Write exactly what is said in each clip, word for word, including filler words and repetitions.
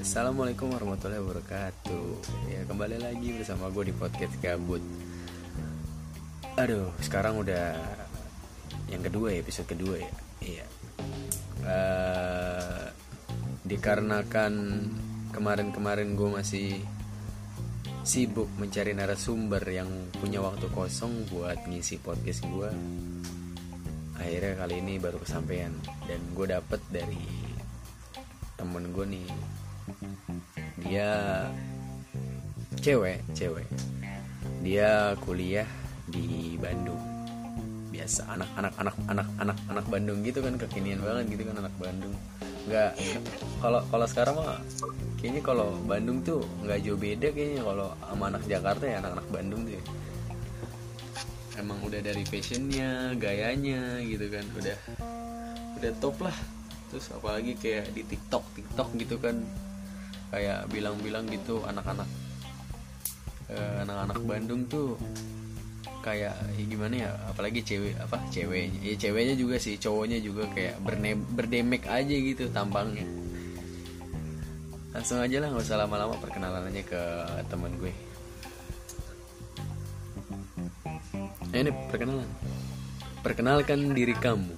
Assalamualaikum warahmatullahi wabarakatuh. Ya, kembali lagi bersama gue di podcast Gabut. Aduh, sekarang udah yang kedua ya, episode kedua ya. Iya. Uh, dikarenakan kemarin-kemarin gue masih sibuk mencari narasumber yang punya waktu kosong buat ngisi podcast gue. Akhirnya kali ini baru kesampaian dan gue dapet dari temen gue nih. Dia cewek, cewek. Dia kuliah di Bandung. Biasa anak-anak anak anak anak anak Bandung gitu kan, kekinian banget gitu kan anak Bandung. Enggak, kalau kalau sekarang mah kayaknya kalau Bandung tuh nggak jauh beda kayaknya kalau sama anak Jakarta ya, anak-anak Bandung tuh. Emang udah dari fashionnya, gayanya gitu kan, udah udah top lah. Terus apalagi kayak di TikTok TikTok gitu kan, kayak bilang-bilang gitu anak-anak eh, anak-anak Bandung tuh kayak ya gimana ya, apalagi cewek apa ceweknya ya ceweknya juga sih, cowoknya juga kayak berne, berdemek aja gitu tampangnya. Langsung aja lah, nggak usah lama-lama, perkenalannya ke teman gue. Nah, ini perkenalan, perkenalkan diri kamu.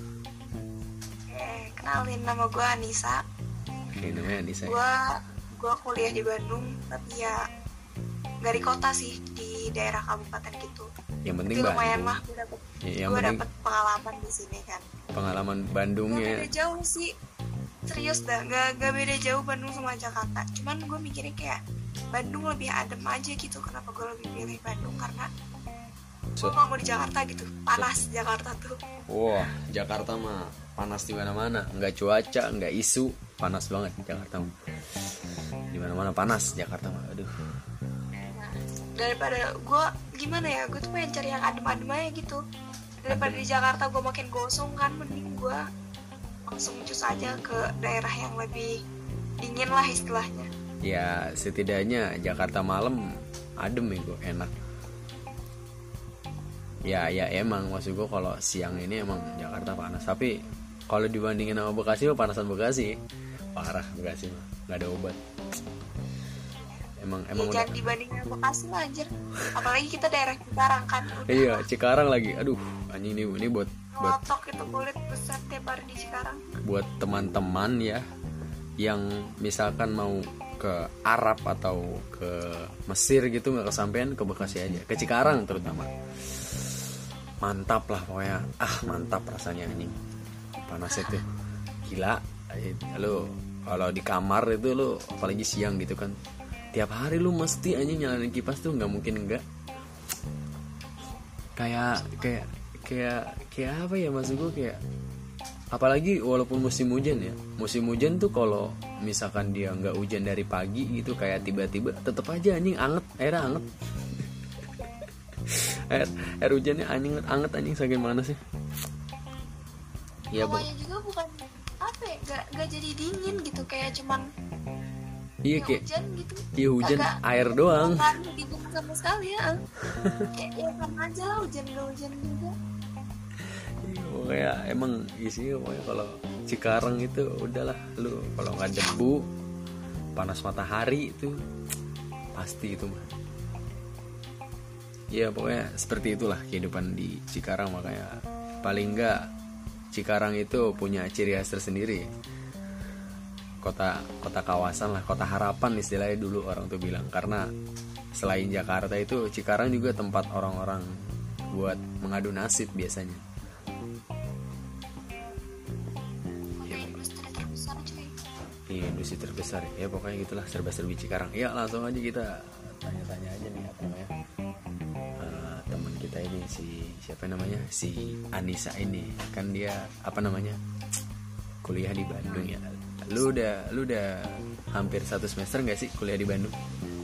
Kenalin, nama gue Anissa. Oke, namanya Anissa. Gue gue kuliah di Bandung, tapi ya nggak di kota sih, di daerah kabupaten gitu. Yang penting tapi lumayan Bandung. lah, gue dapet Ya, gue dapet pengalaman di sini kan. Pengalaman Bandungnya. Gak beda jauh sih, serius dah, nggak nggak beda jauh Bandung sama Jakarta. Cuman gue mikirnya kayak Bandung lebih adem aja gitu. Kenapa gue lebih pilih Bandung? Karena So, gue nggak mau di Jakarta gitu, panas so. Jakarta tuh. Wah, Jakarta mah panas di mana-mana, nggak cuaca, nggak isu, panas banget Jakarta mah. Di mana-mana panas Jakarta mah, aduh. Nah, daripada gue gimana ya, gue tuh pengen cari yang adem-adem aja gitu. Daripada di Jakarta gue makin gosong kan, mending gue langsung cus aja ke daerah yang lebih dingin lah istilahnya. Ya setidaknya Jakarta malam adem ya, gue enak. Ya ya emang maksud gue kalau siang ini emang Jakarta panas, tapi kalau dibandingin sama Bekasi mah panasan Bekasi parah. Bekasi mah nggak ada obat. Emang emang ya, jangan dibandingin sama Bekasi lah anjir. Apalagi kita daerah Cikarang kan. Udah iya Cikarang lagi, aduh anjing ini ini buat buat ngotok itu kulit besar tiap hari di Cikarang. Buat teman-teman ya yang misalkan mau ke Arab atau ke Mesir gitu nggak kesampean, ke Bekasi aja, ke Cikarang terutama. Mantap lah pokoknya, ah mantap rasanya anjing. Panas itu gila. Lo kalau di kamar itu lo apalagi siang gitu kan, tiap hari lo mesti anjing nyalain kipas tuh, nggak mungkin enggak. Kayak kayak kayak kayak apa ya maksud gue, kayak apalagi walaupun musim hujan ya, musim hujan tuh kalau misalkan dia nggak hujan dari pagi gitu, kayak tiba-tiba tetep aja anjing anget, airnya anget. air, air hujannya anjing anget anjing saking panasnya. Ya, hawanya juga bukan apa ya, gak, gak jadi dingin gitu, kayak cuman iya kayak hujan gitu. Iya hujan Agak, air doang. Gak dingin sama sekali ya. Kayak ya sama aja lah, hujan gak hujan juga. Pokoknya emang isinya pokoknya kalau Cikarang itu udahlah, lu kalau nggak debu, panas matahari itu pasti itu mah. Ya pokoknya seperti itulah kehidupan di Cikarang. Makanya paling nggak Cikarang itu punya ciri khas tersendiri. Kota kota kawasan lah, kota harapan istilahnya dulu orang tuh bilang. Karena selain Jakarta itu Cikarang juga tempat orang-orang buat mengadu nasib biasanya. Iya, industri terbesar ya, pokoknya gitulah serba-serbi Cikarang. Ya langsung aja kita tanya-tanya aja nih apa namanya, uh, teman kita ini si siapa namanya, si Anissa ini kan, dia apa namanya kuliah di Bandung ya. Lu udah lu udah hampir satu semester nggak sih kuliah di Bandung?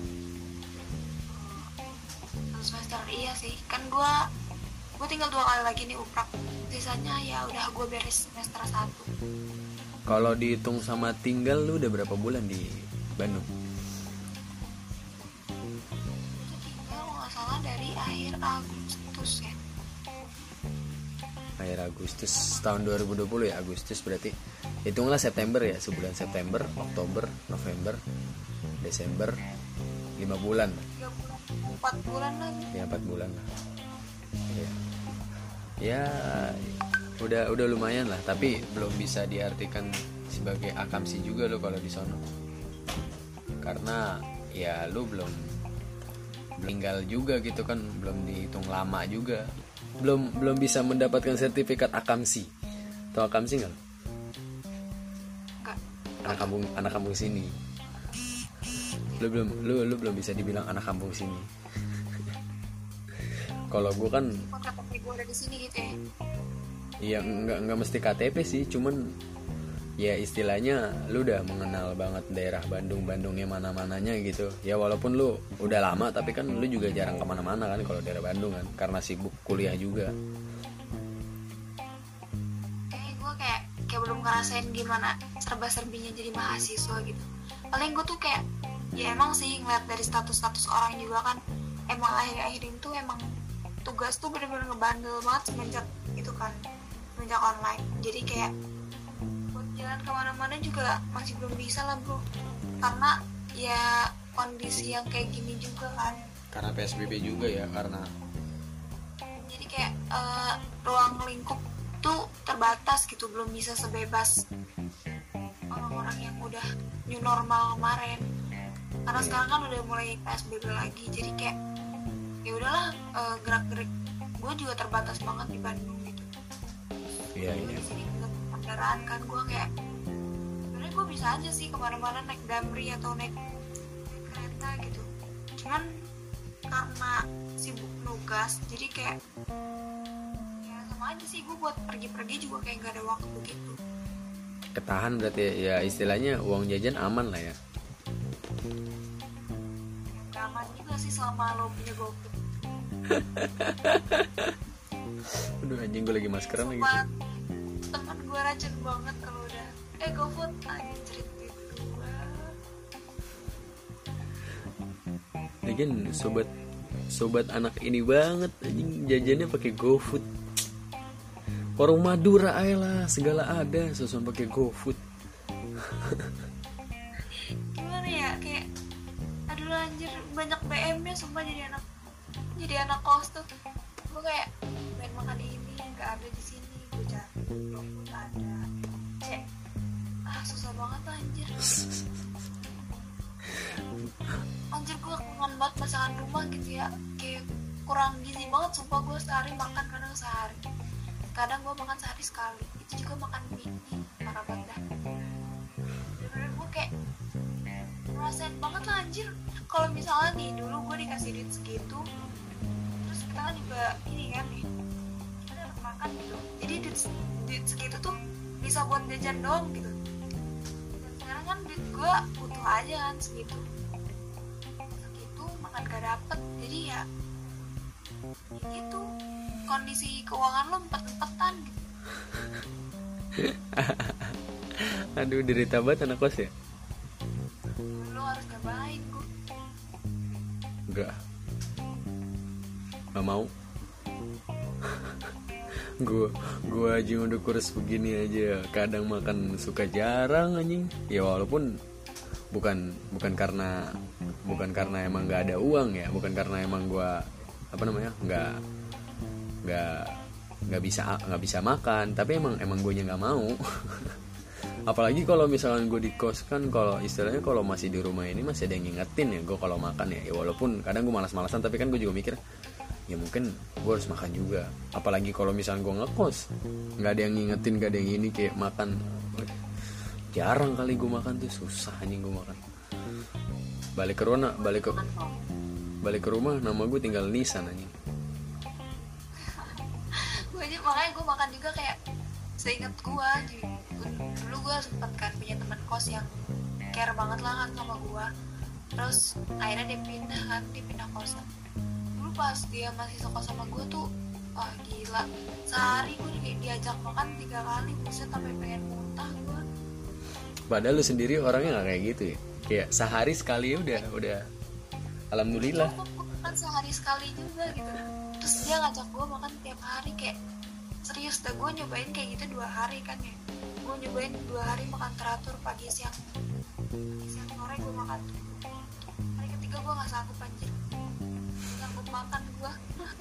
Satu semester iya sih, kan gue gue tinggal dua kali lagi nih uprak, sisanya ya udah gue beres semester satu. Kalau dihitung sama tinggal, lu udah berapa bulan di Bandung? Tinggal nggak salah dari akhir Agustus ya. Akhir Agustus tahun dua ribu dua puluh ya, Agustus berarti. hitunglah September ya, sebulan September, Oktober, November, Desember, lima bulan, tiga bulan, empat bulan lagi. ya empat bulan lah. Ya, ya udah udah lumayan lah, tapi belum bisa diartikan sebagai akamsi juga lo kalau di sono, karena ya lu belum meninggal juga gitu kan, belum dihitung lama juga, belum belum bisa mendapatkan sertifikat akamsi. Tahu akamsi nggak? Enggak. Anak kampung anak kampung sini. Lu belum lu lu belum bisa dibilang anak kampung sini. Kalau gue kan Bukan K T P gue ada di sini gitu ya. ya nggak nggak mesti K T P sih, cuman ya istilahnya lu udah mengenal banget daerah Bandung Bandungnya mana-mananya gitu ya, walaupun lu udah lama tapi kan lu juga jarang kemana-mana kan kalau daerah Bandung kan, karena sibuk kuliah juga. Kayak gue kayak kayak belum ngerasain gimana serba-serbinya jadi mahasiswa gitu. Paling gue tuh kayak ya emang sih ngeliat dari status-status orang juga kan, emang akhir-akhir ini tuh emang tugas tuh bener-bener ngebandel banget semenjak itu kan, semenjak online. Jadi kayak buat jalan kemana-mana juga masih belum bisa lah bro, karena ya kondisi yang kayak gini juga kan. Karena P S B B juga ya, karena Jadi kayak uh, ruang lingkup tuh terbatas gitu, belum bisa sebebas orang-orang yang udah new normal kemarin. Karena sekarang kan udah mulai P S B B lagi, jadi kayak ya udahlah, uh, gerak-gerik gue juga terbatas banget di Bandung gitu. iya iya. Di sini juga kendaraan kan, gue kayak sebenarnya gue bisa aja sih kemana-mana naik Damri atau naik, naik kereta gitu. Cuman karena sibuk nugas, jadi kayak ya sama aja sih, gue buat pergi-pergi juga kayak gak ada waktu begitu. Ketahan berarti ya, istilahnya uang jajan aman lah ya. Gak aman juga sih selama lo punya GoFood. Aduh anjing, gue lagi maskeran lagi. Sumpah, temen gue racun banget kalau udah eh GoFood lagi cerita gue. Lagian sobat sobat anak ini banget anjing, jajannya pakai GoFood. Warung Madura aja lah, segala ada, susun pakai GoFood. Gimana ya, kayak aduh anjir, banyak B M-nya sumpah. Jadi anak jadi anak kos tuh gue kayak pengen makan ini nggak ada di sini, gue cari GoFood ada, cek ah susah banget tuh anjir. Anjir gue kangen banget masakan rumah gitu ya, kayak kurang gizi banget sumpah. Gue sehari makan kadang sehari, kadang gue makan sehari sekali, itu juga makan mie, parah banget dah. Bener-bener gue kayak ngerasain banget lah anjir. Kalau misalnya nih dulu gue dikasih duit segitu, terus kita kan juga ini kan nih, kita dapat makan gitu, jadi duit, duit segitu tuh bisa buat jajan doang gitu. Dan sekarang kan duit gue butuh aja kan segitu, segitu makan gak dapet. Jadi ya ya gitu, kondisi keuangan lo empet-empetan gitu. Aduh derita banget anak kos ya. Lo harus ngapain gue? Enggak, nggak mau. Gue gue aja udah kurus begini aja, kadang makan suka jarang anjing. Ya walaupun bukan bukan karena bukan karena emang nggak ada uang ya, bukan karena emang gue apa namanya nggak nggak nggak bisa nggak bisa makan, tapi emang emang gue nya nggak mau. Apalagi kalau misalkan gue di kos kan, kalau istilahnya kalau masih di rumah ini masih ada yang ngingetin ya gue kalau makan ya. Ya walaupun kadang gue malas-malasan, tapi kan gue juga mikir ya mungkin gue harus makan juga. Apalagi kalau misalkan gue ngekos nggak ada yang ngingetin, nggak ada yang ini kayak makan. Jarang kali gue makan tuh, susah anjing gue makan. Balik ke rumah, balik ke balik ke rumah nama gue tinggal Nisan anjing. Gue aja makanya gue makan juga kayak seingat gue. Dulu gue sempet kan punya teman kos yang care banget lah kan sama gue, terus akhirnya dia pindah kan, dia pindah kosan. Dulu pas dia masih sekos sama gue tuh wah gila, sehari gue di, diajak makan tiga kali, buset sampai pengen muntah gue. Padahal lu sendiri orangnya nggak kayak gitu ya, kayak sehari sekali udah udah alhamdulillah. Gue makan sehari sekali juga gitu, terus dia ngajak gue makan tiap hari. Kayak serius dah, gue nyobain kayak gitu dua hari kan ya, gue nyobain dua hari makan teratur, pagi siang pagi siang sore gue makan. Hari ketiga gue nggak sanggup anjir, nggak sanggup makan gue.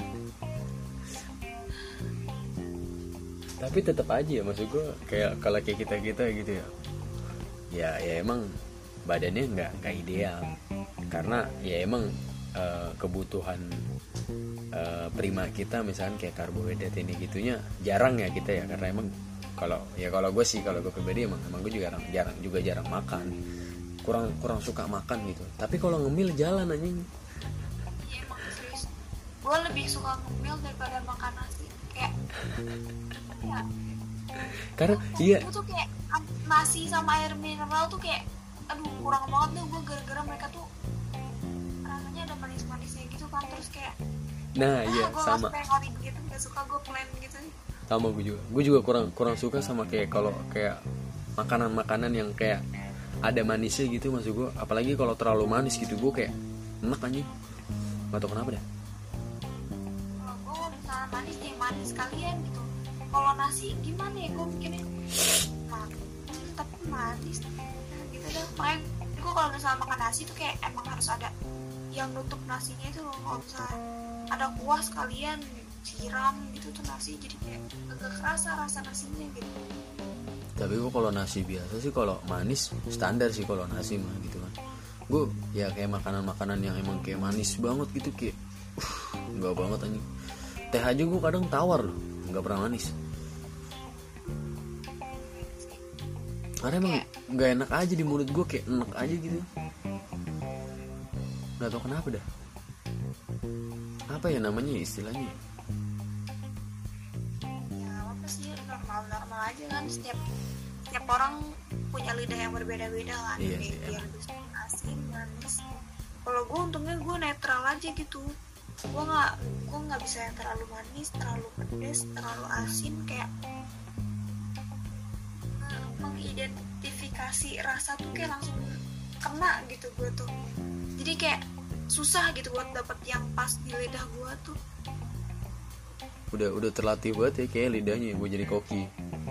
Tapi tetap aja ya, maksud gue kayak kalau kayak kita kita gitu ya, ya ya emang badannya nggak nggak ideal karena ya emang uh, kebutuhan uh, prima kita misalkan kayak karbohidrat ini gitunya jarang ya kita ya, karena emang kalau ya kalau gue sih kalau gue pribadi emang emang gue juga jarang jarang juga jarang makan, kurang kurang suka makan gitu. Tapi kalau ngemil jalan anjing. Iya emang serius, gue lebih suka ngemil daripada makan nasi kayak ya. Karena Aku, iya gue tuh kayak nasi sama air mineral tuh kayak aduh kurang banget tuh gue, gara-gara mereka tuh rasanya ada manis-manisnya gitu kan, terus kayak nah ah, iya gue sama gak suka yang gitu, gak suka gue plain gitu. sama gue juga gue juga kurang kurang suka sama kayak kalau kayak makanan-makanan yang kayak ada manisnya gitu, maksud gue apalagi kalau terlalu manis gitu gue kayak enak anjing, nggak tau kenapa dah. Kalau gue kalau misalnya manis ya manis kalian gitu, kalau nasi gimana ya gue mikirnya manis tapi manis gitu dah. Makanya gue kalau misalnya makan nasi tuh kayak emang harus ada yang nutup nasinya itu loh, kalau misalnya ada kuah sekalian siram gitu tuh nasi jadi kayak agak kerasa rasa nasinya gitu. Tapi gue kalau nasi biasa sih, kalau manis standar sih kalau nasi mah gitu kan. Gue ya kayak makanan-makanan yang emang kayak manis banget gitu kayak uh, nggak banget anjing. Teh aja gue kadang tawar loh, nggak pernah manis. Karena emang nggak enak aja di mulut gue, kayak enak aja gitu. Nggak tau kenapa dah. Apa ya namanya istilahnya? Ya apa sih, normal-normal aja kan, setiap setiap orang punya lidah yang berbeda-beda kan. Iya kayak sih, dia emang. lebih suka asin manis. Kalau gue untungnya gue netral aja gitu, gue nggak gue nggak bisa yang terlalu manis, terlalu pedas, terlalu asin, kayak eh, mengidentifikasi rasa tuh kayak langsung kena gitu gue tuh, jadi kayak susah gitu buat dapet yang pas di lidah gue tuh. Udah udah terlatih banget ya kayak lidahnya gue jadi koki.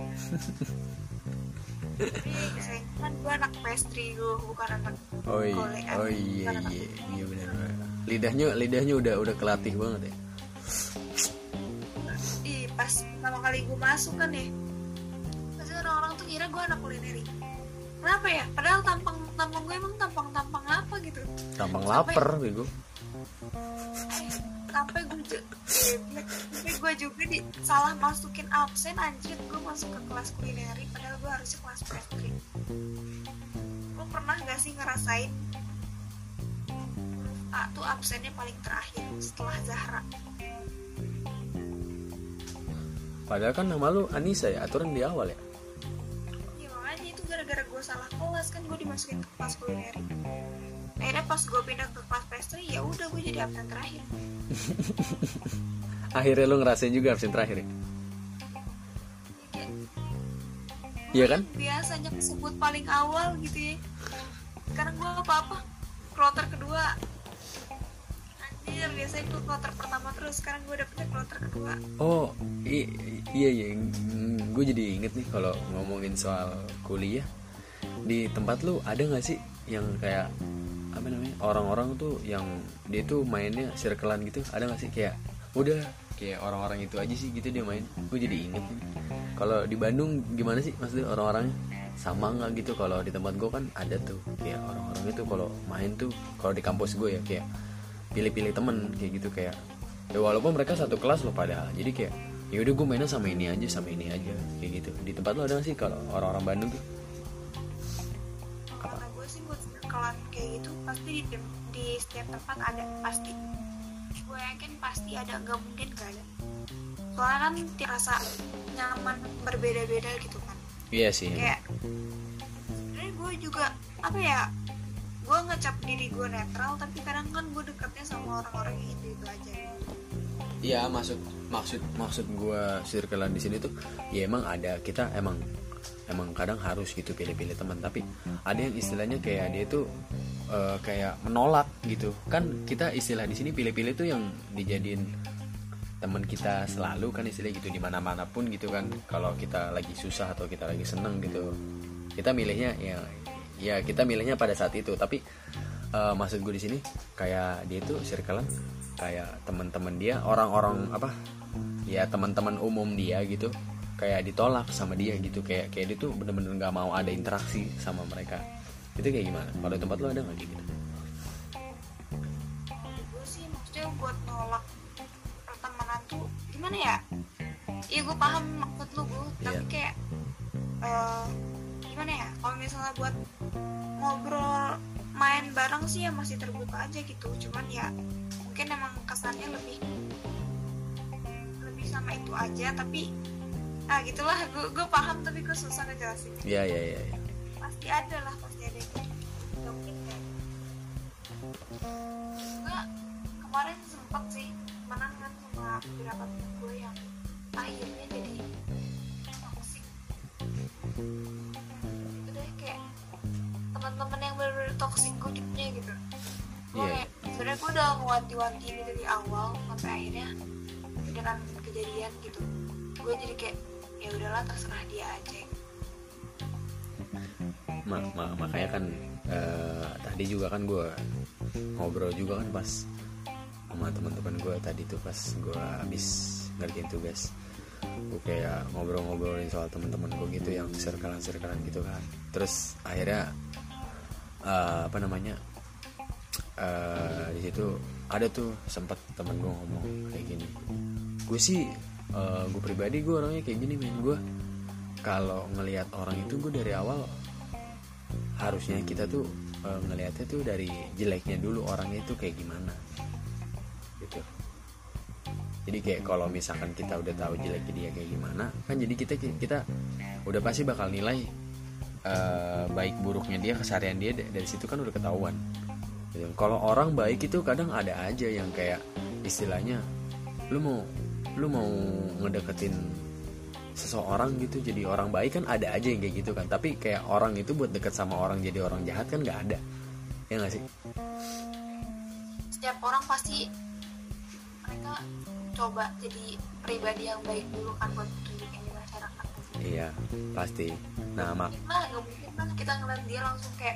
Tapi saya kan gue anak pastry, gue bukan anak Oh iya, golekan. oh iya Bukan anak- iya iya benar. Lidahnya lidahnya udah udah kelatih banget ya. Ih, pas pertama kali gue masuk kan ya, pasti orang-orang tuh kira gue anak kulineri. Kenapa ya? Padahal tampang tampang gue emang tampang tampang apa gitu. Tampang Sampai- lapar bego. Eh, sampai gue ju- eh, sampai gue juga di salah masukin absen anjir, gue masuk ke kelas kulineri padahal gue harusnya kelas pastry. Lo pernah gak sih ngerasain huruf A tuh absennya paling terakhir setelah Zahra? Padahal kan nama lu Anissa ya, aturan di awal ya. Ya makanya itu gara-gara gue salah kelas kan gue dimasukin ke kelas kulineri. Akhirnya pas gue pindah ke kelas pastry ya udah gue jadi absen terakhir. Akhirnya lu ngerasain juga absen terakhir ya? Kayak, Iya kan? biasanya kesebut paling awal gitu ya, sekarang gue apa-apa kloter kedua. Anjir, biasanya gue kloter pertama terus, sekarang gue dapetnya kloter kedua. Oh i- iya iya, gue jadi inget nih kalau ngomongin soal kuliah. Di tempat lu ada nggak sih yang kayak apa namanya, orang-orang tuh yang dia tuh mainnya circlean gitu, ada nggak sih kayak udah kayak orang-orang itu aja sih gitu dia main? Gue jadi inget nih. Kalau di Bandung gimana sih maksudnya orang-orangnya, sama nggak gitu? Kalau di tempat gue kan ada tuh kayak orang-orang itu kalau main tuh, kalau di kampus gue ya kayak pilih-pilih temen kayak gitu, kayak ya walaupun mereka satu kelas loh padahal, jadi kayak ya udah gue mainnya sama ini aja sama ini aja kayak gitu. Di tempat lo ada nggak sih kalau orang-orang Bandung tuh? Kata gue sih buat circlean kayak gitu pasti di, di setiap tempat ada pasti. Gue yakin pasti ada, nggak mungkin gak ada. Soalnya kan tiap rasa nyaman berbeda-beda gitu kan. Iya sih. Kayak sebenarnya gue juga apa ya, gue ngecap diri gue netral tapi kadang kan gue dekatnya sama orang-orang yang itu itu aja. Iya, maksud maksud maksud gue circlean di sini tuh ya emang ada, kita emang emang kadang harus gitu pilih-pilih teman, tapi ada yang istilahnya kayak dia tuh uh, kayak menolak gitu kan. Kita istilah di sini pilih-pilih tuh yang dijadiin teman kita selalu kan istilahnya gitu, di mana-mana pun gitu kan. Kalau kita lagi susah atau kita lagi seneng gitu, kita milihnya ya ya kita milihnya pada saat itu. Tapi uh, maksud gue di sini kayak dia itu circle kayak teman-teman dia, orang-orang apa ya, teman-teman umum dia gitu, kayak ditolak sama dia gitu, kayak kayak dia tuh bener-bener nggak mau ada interaksi sama mereka. Itu kayak gimana? Kalau di tempat lo ada nggak kayak gitu? Gue sih maksudnya buat nolak pertemanan tuh gimana ya? Iya gue paham maksud lu gue, tapi Iya. kayak uh, gimana ya? Kalau misalnya buat ngobrol main bareng sih ya masih terbuka aja gitu. Cuman ya mungkin emang kesannya lebih lebih sama itu aja. Tapi ah gitulah, gue gue paham tapi gue susah ngejelasin. Iya iya iya. Ya. Pasti ada lah, pasti ada gitu. Gak mungkin kayak gue kemarin sempet sih temenan kan sama beberapa temen gue yang akhirnya jadi toxic. Itu deh kayak teman-teman yang bener-bener toxic hidupnya gitu. Gue Iya. kayak sebenarnya gue udah ngewanti-wanti ini dari awal sampai akhirnya dengan kejadian gitu. Gue jadi kayak ya udahlah terserah dia aja. Ma- ma- makanya kan uh, tadi juga kan gue ngobrol juga kan pas sama teman-teman gue tadi tuh pas gue habis ngerjain tugas, gue kayak ngobrol-ngobrolin soal teman-teman gue gitu yang circle-circlean gitu kan. Terus akhirnya uh, apa namanya uh, di situ ada tuh sempat temen gue ngomong kayak gini, gue sih uh, gue pribadi gue orangnya kayak gini men, gue kalau ngelihat orang itu gue dari awal harusnya kita tuh e, ngelihatnya tuh dari jeleknya dulu, orangnya itu kayak gimana gitu. Jadi kayak kalau misalkan kita udah tahu jeleknya dia kayak gimana kan, jadi kita kita udah pasti bakal nilai e, baik buruknya dia, keseharian dia, dari situ kan udah ketahuan gitu. Kalau orang baik itu kadang ada aja yang kayak istilahnya lu mau lu mau ngedeketin seseorang gitu jadi orang baik kan, ada aja yang kayak gitu kan. Tapi kayak orang itu buat deket sama orang jadi orang jahat kan nggak ada, ya nggak sih? Setiap orang pasti mereka coba jadi pribadi yang baik dulu kan buat tunjukin di masyarakat. Iya pasti. Nah mak Mungkin lah, nggak mungkin kan kita ngeliat dia langsung kayak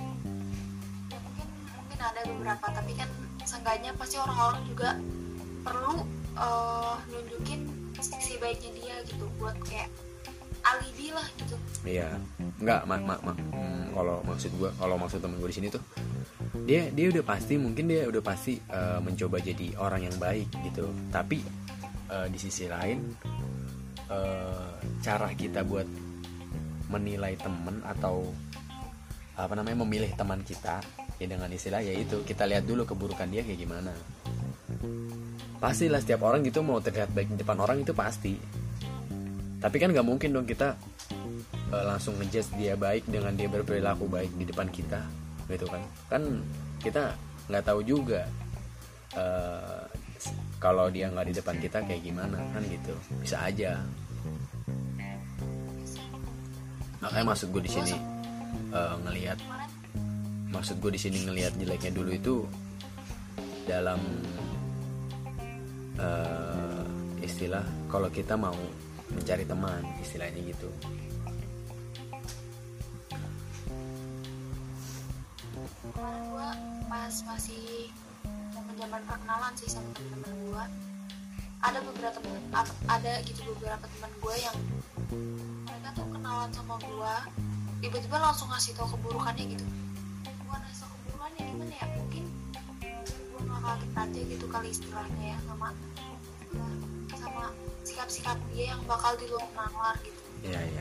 ya mungkin mungkin ada beberapa, tapi kan seenggaknya pasti orang-orang juga perlu uh, nunjukin sisi baiknya dia gitu buat kayak alibi lah gitu. iya nggak mak mak mak hmm, kalau maksud gue, kalau maksud temen gue di sini tuh dia dia udah pasti mungkin dia udah pasti uh, mencoba jadi orang yang baik gitu. Tapi uh, di sisi lain uh, cara kita buat menilai temen atau apa namanya memilih teman kita ya dengan istilah yaitu kita lihat dulu keburukan dia kayak gimana. Pastilah setiap orang gitu mau terlihat baik di depan orang itu pasti. Tapi kan nggak mungkin dong kita uh, langsung ngejudge dia baik dengan dia berperilaku baik di depan kita, gitu kan? Kan kita nggak tahu juga uh, kalau dia nggak di depan kita kayak gimana kan gitu. Bisa aja. Makanya maksud gue di sini uh, ngelihat, maksud gue di sini ngelihat jeleknya dulu itu dalam Uh, istilah kalau kita mau mencari teman, istilahnya gitu. Kemarin gue pas masih zaman-zaman perkenalan sih sama teman-teman gue, ada beberapa temen, ada gitu beberapa teman gue yang mereka tuh kenalan sama gue, tiba-tiba langsung ngasih tau keburukannya gitu. Gue ngasih tau keburukannya gimana ya, mungkin gue nggak kaget aja gitu kali istilahnya ya sama sama sikap-sikap dia yang bakal di luar nalar gitu. Iya iya.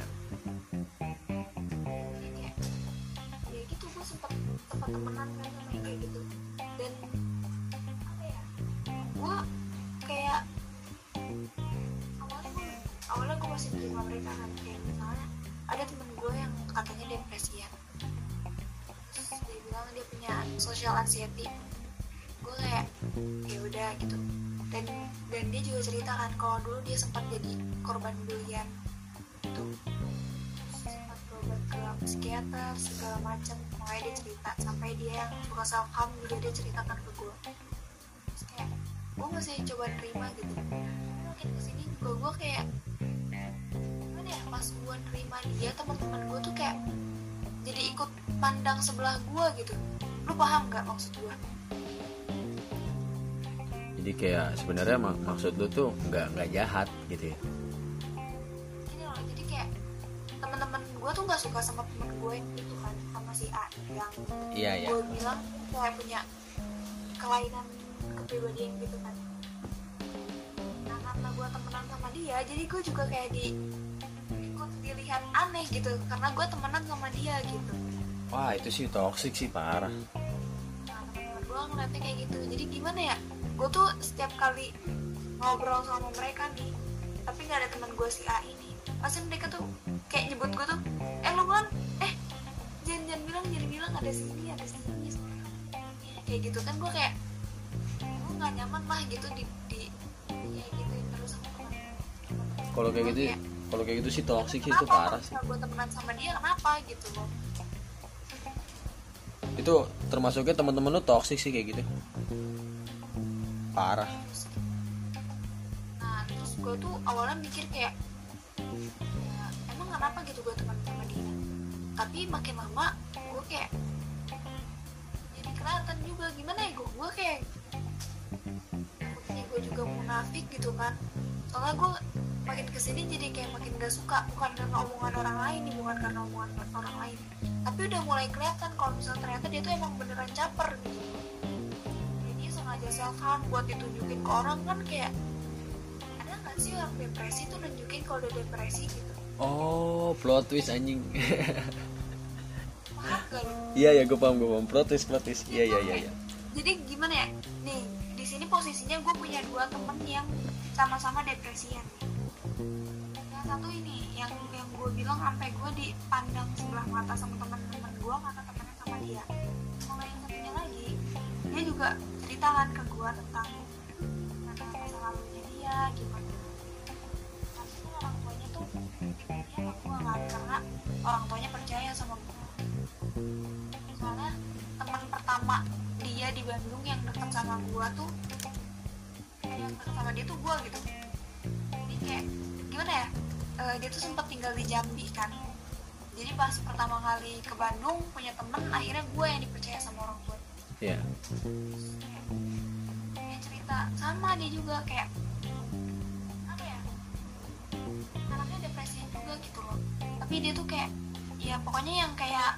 Jadi kayak ya gitu, gue sempet sempet temenan kan sama yang kayak gitu. Dan apa ya, gue kayak awalnya gue awalnya gue masih terima mereka kan, kayak misalnya ada temen gue yang katanya depresian, terus dia bilang dia punya social anxiety. Gue kayak ya udah gitu. Dan dan dia juga cerita kan kalau dulu dia sempat jadi korban bulian itu, sempat berobat ke psikiater segala macam, makanya dia cerita sampai dia yang suka self harm juga dia ceritakan ke gue. Terus kayak gue gue masih coba nerima gitu. Makin kesini juga gue kayak gimana ya, pas gue nerima dia, teman-teman gue tuh kayak jadi ikut pandang sebelah gue gitu. Lu paham nggak maksud gue? Jadi kayak sebenarnya mak- maksud lu tuh nggak nggak jahat gitu ya. Gini loh, jadi kayak teman-teman gue tuh nggak suka sama teman gue yang itu kan, sama si A yang Iya iya. gue bilang kayak punya kelainan kepribadian gitu kan. Nah karena gue temenan sama dia, jadi gue juga kayak di ikut dilihat aneh gitu karena gue temenan sama dia gitu. Wah itu sih toksik sih parah. Nah teman-teman gue ngeliatnya kayak gitu. Jadi gimana ya, gue tuh setiap kali ngobrol sama mereka nih, tapi nggak ada teman gue si A ini, pasti mereka tuh kayak nyebut gue tuh, eh lu kan, eh jangan jangan bilang jangan bilang ada sini ada sini kayak gitu kan. Gue kayak gue nggak nyaman lah gitu di di kayak gitu terus sama teman. Kalau kayak gitu, kalau kayak gitu sih toksik sih, itu parah sih. Gue temenan sama dia kenapa gitu loh. Itu termasuknya teman-teman lu toksik sih kayak gitu. Parah. Nah terus gue tuh awalnya mikir kayak ya, emang kenapa gitu gue teman sama dia, tapi makin lama gue kayak jadi kelihatan juga gimana ya, gue gue kayak takutnya gue juga munafik gitu kan. Soalnya gue makin kesini jadi kayak makin gak suka, bukan karena omongan orang lain nih, bukan karena omongan orang lain, tapi udah mulai kelihatan kalau misalnya ternyata dia tuh emang beneran caper gitu. Jadi sengaja self harm buat ditunjukin ke orang kan. Kayak ada nggak sih orang depresi tuh nunjukin kalau udah depresi gitu? Oh plot twist anjing. Paham gak lu? Iya ya gue paham gue paham plot twist plot twist. Iya iya iya. Jadi gimana ya? Nih di sini posisinya gue punya dua temen yang sama-sama depresian. Yang satu ini yang yang gue bilang sampai gue dipandang sebelah mata sama teman-teman gue karena temennya sama dia. Kalau yang satunya lagi, dia juga ceritakan ke gue tentang tentang masa lalunya dia gimana. Tapi orang tuanya tuh dia sama gue kan, karena orang tuanya percaya sama gue. Soalnya teman pertama dia di Bandung yang dekat sama gue tuh, yang dekat sama dia tuh gue gitu. Jadi kayak gimana ya, uh, dia tuh sempat tinggal di Jambi kan. Jadi pas pertama kali ke Bandung punya temen, akhirnya gue yang dipercaya sama orang tua. Iya. Dia cerita sama dia juga kayak apa ya, anaknya depresi juga gitu loh. Tapi dia tuh kayak ya pokoknya yang kayak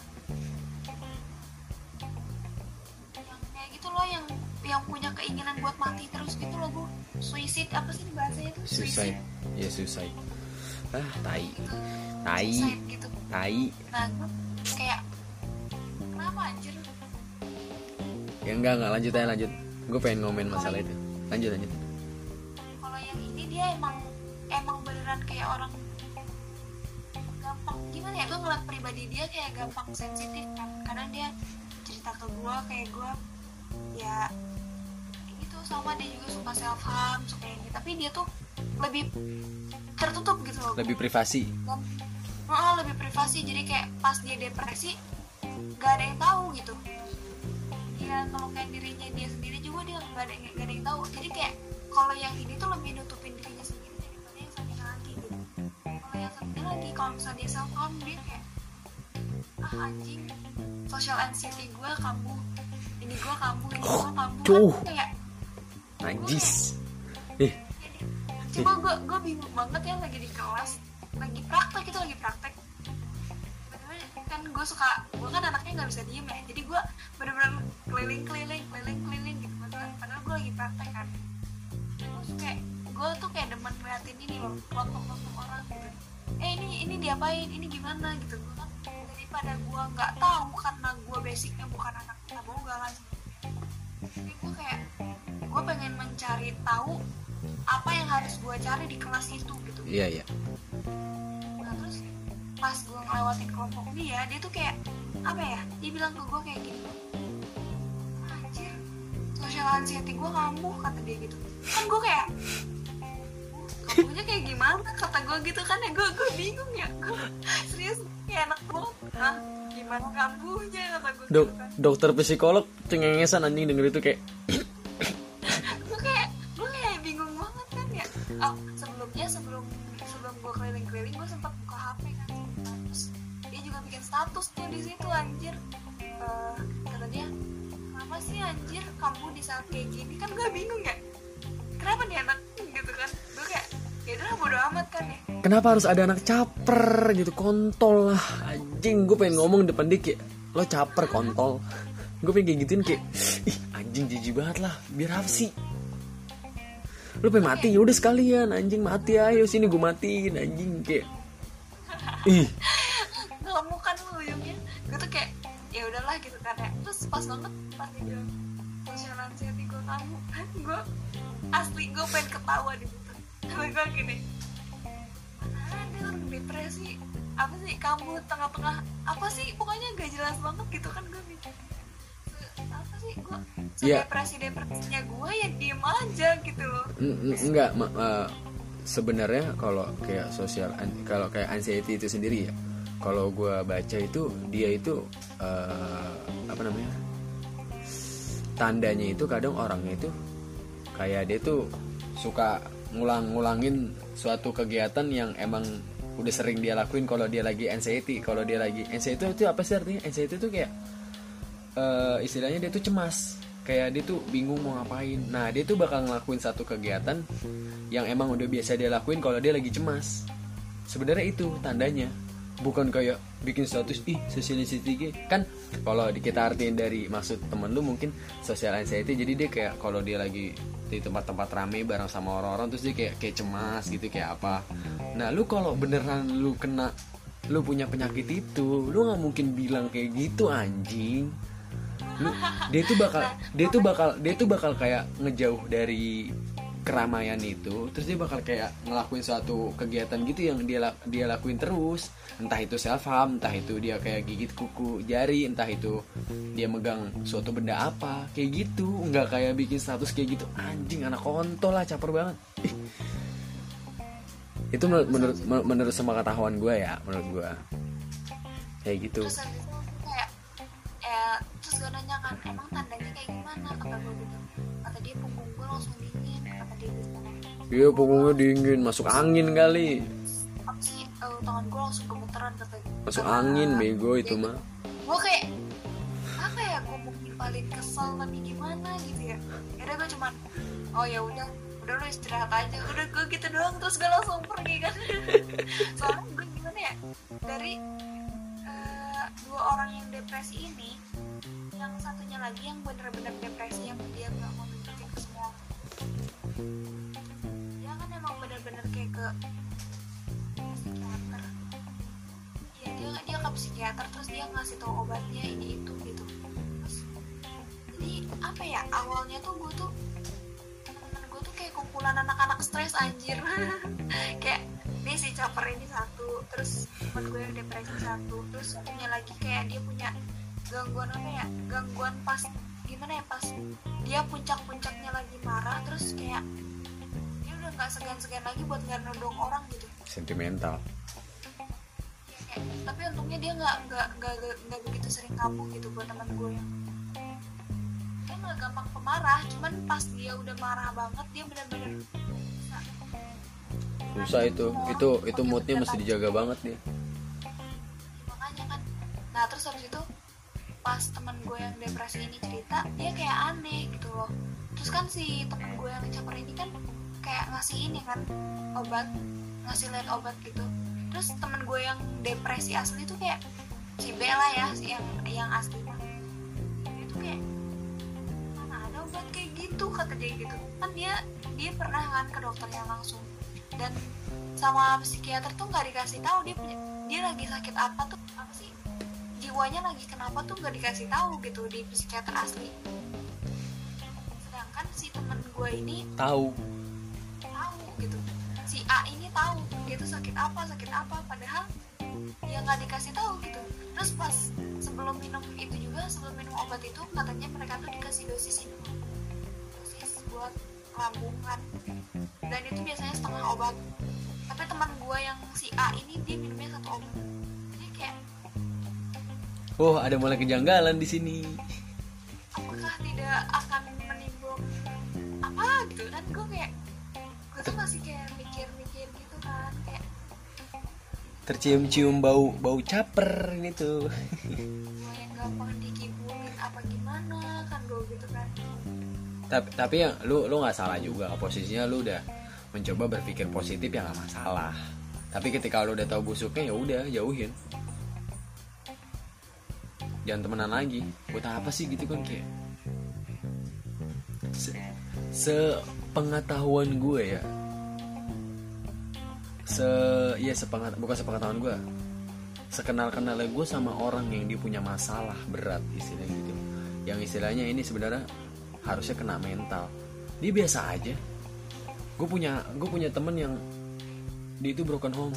yang kayak gitu loh, yang yang punya keinginan buat mati terus gitu loh. Gue suicide apa sih bahasanya tuh? Suicide. Ya suicide. Ah tai. Gitu. Tai. Suicide gitu. Tai. Nah gue kayak kenapa anjir? Ya enggak enggak lanjut aja lanjut. Gue pengen ngomen masalah itu. Lanjut lanjut. Kalau yang ini dia emang emang beneran kayak orang gampang gimana ya, gue ngeliat pribadi dia kayak gampang sensitif kan. Kadang dia cerita ke gue kayak gue ya gitu, sama dia juga suka self harm suka ini, tapi dia tuh lebih tertutup gitu loh. Lebih privasi. Dan, oh, lebih privasi. Jadi kayak pas dia depresi gak ada yang tahu gitu. Dia ngelukain dirinya dia sendiri juga dia gak ada, gak ada yang tahu. Jadi kayak kalau yang ini tuh lebih nutupin dirinya sendiri daripada yang satunya lagi gitu. Kalau yang satunya lagi kalau misalnya dia self harm, dia kayak ah anjing, social anxiety gue kambuh, ini gue kambuh, ini gue kambuh. Cuh. Kan kayak Najis. Eh. Cuma gue gue bingung banget ya, lagi di kelas lagi praktek, itu lagi praktek bener-bener kan. Gue suka, gue kan anaknya nggak bisa diem ya, jadi gue bener-bener keliling-keliling keliling-keliling gitu. Padahal, padahal gue lagi praktek kan. Gue suka kayak gue tuh kayak demen ngeliatin ini loh, kelompok-kelompok orang gitu. Eh ini ini diapain, ini gimana gitu. Gue kan daripada gue nggak tahu karena gue basicnya bukan anak taboga kan. Tapi gue kayak gue pengen mencari tahu apa yang harus gue cari di kelas itu gitu. Iya iya. Nah terus pas gue ngelewatin kelompok dia, dia tuh kayak apa ya, dia bilang ke gue kayak gini, anjir social anxiety gue kambuh, kata dia gitu. Kan gue kayak kambuhnya kayak gimana, kata gue gitu kan ya. Gue gue bingung ya, gue serius kayak anak banget. Hah gimana kambuhnya, kata gue Dok, gitu kan. dokter psikolog cengengesan anjing denger itu kayak Gue kayak gue keliling gue sempat buka H P kan, terus dia juga bikin status tuh di situ anjir. Uh, kata dia, kenapa sih anjir kamu di saat kayak gini, kan gue bingung ya, kenapa nih anak gitu kan. Gue kayak ya udah bodo amat kan ya, kenapa harus ada anak caper gitu, kontol lah anjing. Gue pengen ngomong depan dia kayak, lo caper kontol. Gue pengen kayak gituin kayak, ih anjing jijik banget lah, biar apa sih lo pengen mati, yaudah sekalian anjing mati, ayo sini gue matiin anjing. Kayak ih kamu kan lu ujungnya. Gue tuh kayak ya udahlah gitu kan ya. Terus pas banget pas dia bilang social anxiety gue kamu, gue asli gue pengen ketawa di situ. Kalau gue gini, mana ada orang depresi, apa sih kamu tengah-tengah apa sih, pokoknya gak jelas banget gitu kan. Gue mikir apa sih, gue Ya. sedepresi-depresinya gue ya diem aja gitu loh. enggak ma- uh, sebenarnya kalau kayak sosial an- kalau kayak anxiety itu sendiri ya, kalau gue baca itu dia itu uh, apa namanya, tandanya itu kadang orangnya itu kayak dia tuh suka ngulang-ngulangin suatu kegiatan yang emang udah sering dia lakuin kalau dia lagi anxiety. Kalau dia lagi anxiety itu apa sih artinya? Anxiety itu kayak uh, istilahnya dia tuh cemas, kayak dia tuh bingung mau ngapain. Nah dia tuh bakal ngelakuin satu kegiatan yang emang udah biasa dia lakuin kalau dia lagi cemas. Sebenarnya itu tandanya, bukan kayak bikin status ih social anxiety kan. Kalau kita artiin dari maksud temen lu mungkin social anxiety, jadi dia kayak kalau dia lagi di tempat-tempat rame bareng sama orang-orang terus dia kayak kayak cemas gitu, kayak apa. Nah lu kalau beneran lu kena, lu punya penyakit itu, lu nggak mungkin bilang kayak gitu anjing. Lu, dia tuh bakal dia tuh bakal dia tuh bakal kayak ngejauh dari keramaian itu, terus dia bakal kayak ngelakuin suatu kegiatan gitu yang dia dia lakuin terus, entah itu self harm, entah itu dia kayak gigit kuku jari, entah itu dia megang suatu benda apa kayak gitu. Nggak kayak bikin status kayak gitu, anjing anak kontol lah, caper banget. Ih. Itu menurut menurut, menurut sepengetahuan gue ya, menurut gue kayak gitu. Terus habis itu kayak eh, terus gue nanya kan emang tandanya kayak gimana, kata gue gitu, kata dia punggung gue langsung dingin, kata dia gitu. Iya punggungnya dingin, masuk angin kali. Apa sih, uh, tangan gue langsung gemeteran kata gitu. Masuk Karena angin bego itu dia- mah. gue kayak apa ya, gue mungkin paling kesel tapi gimana gitu ya. Akhirnya gue cuman oh ya udah udah lu istirahat aja, udah gue gitu doang. Terus gue langsung pergi kan. Soalnya gue gimana ya, dari uh, dua orang yang depresi ini, yang satunya lagi yang bener-bener depresi yang dia nggak mau nunjukin ke semua. Dia kan emang bener-bener kayak ke psikiater. Iya dia dia ke psikiater, terus dia ngasih tau obatnya ini itu gitu. Terus jadi apa ya, awalnya tuh gue tuh temen gue tuh kayak kumpulan anak-anak stres anjir. Kayak ini si caper ini satu, terus temen gue yang depresi satu, terus punya lagi kayak dia punya gangguan apa ya, gangguan pas gimana ya, pas dia puncak-puncaknya lagi marah, terus kayak dia udah nggak segan-segan lagi buat nggak nodong orang gitu. Sentimental. Ya, kayak, tapi untungnya dia nggak nggak nggak nggak begitu sering kambuh gitu buat teman gue yang dia nggak gampang pemarah, cuman pas dia udah marah banget dia benar-benar bisa. Susah itu, itu itu moodnya mesti dijaga banget dia. Makanya kan, nah terus habis itu pas teman gue yang depresi ini cerita, dia kayak aneh gitu loh. Terus kan si teman gue yang caper ini kan kayak ngasih ini kan obat, ngasih liat obat gitu. Terus teman gue yang depresi asli tuh kayak si Bella ya, si yang yang asli mah, dia tuh kayak mana ada obat kayak gitu, kata dia gitu kan. Dia dia pernah kan ke dokternya langsung, dan sama psikiater tuh nggak dikasih tahu dia punya, dia lagi sakit apa tuh, apa sih jiwanya lagi kenapa tuh nggak dikasih tahu gitu di psikiater asli. Sedangkan si temen gue ini Tahu. tahu gitu, si A ini tahu dia tuh sakit apa sakit apa, padahal dia nggak dikasih tahu gitu. Terus pas sebelum minum itu juga, sebelum minum obat itu katanya mereka tuh dikasih dosis ini, dosis buat lambung kan, dan itu biasanya setengah obat. Tapi teman gue yang si A ini dia minumnya satu obat. Jadi kayak Oh, ada mulai kejanggalan di sini. apakah tidak akan menimbulkan apa gitu kan. Gue kayak gue tuh masih kayak mikir-mikir gitu kan, kayak tercium-cium bau bau caper ini tuh. Gue yang gampang dikibulin apa gimana kan gue gitu kan. tapi tapi yang lu lu nggak salah juga, posisinya lu udah mencoba berpikir positif ya nggak masalah. Tapi ketika lu udah tahu busuknya ya udah jauhin, jangan temenan lagi. Buat apa sih gitu kan, kayak se, sepengetahuan gue ya, se ya sepengat bukan sepengetahuan gue, sekenal kenalnya gue sama orang yang dia punya masalah berat istilahnya gitu, yang istilahnya ini sebenarnya harusnya kena mental, dia biasa aja. Gue punya gue punya temen yang dia itu broken home.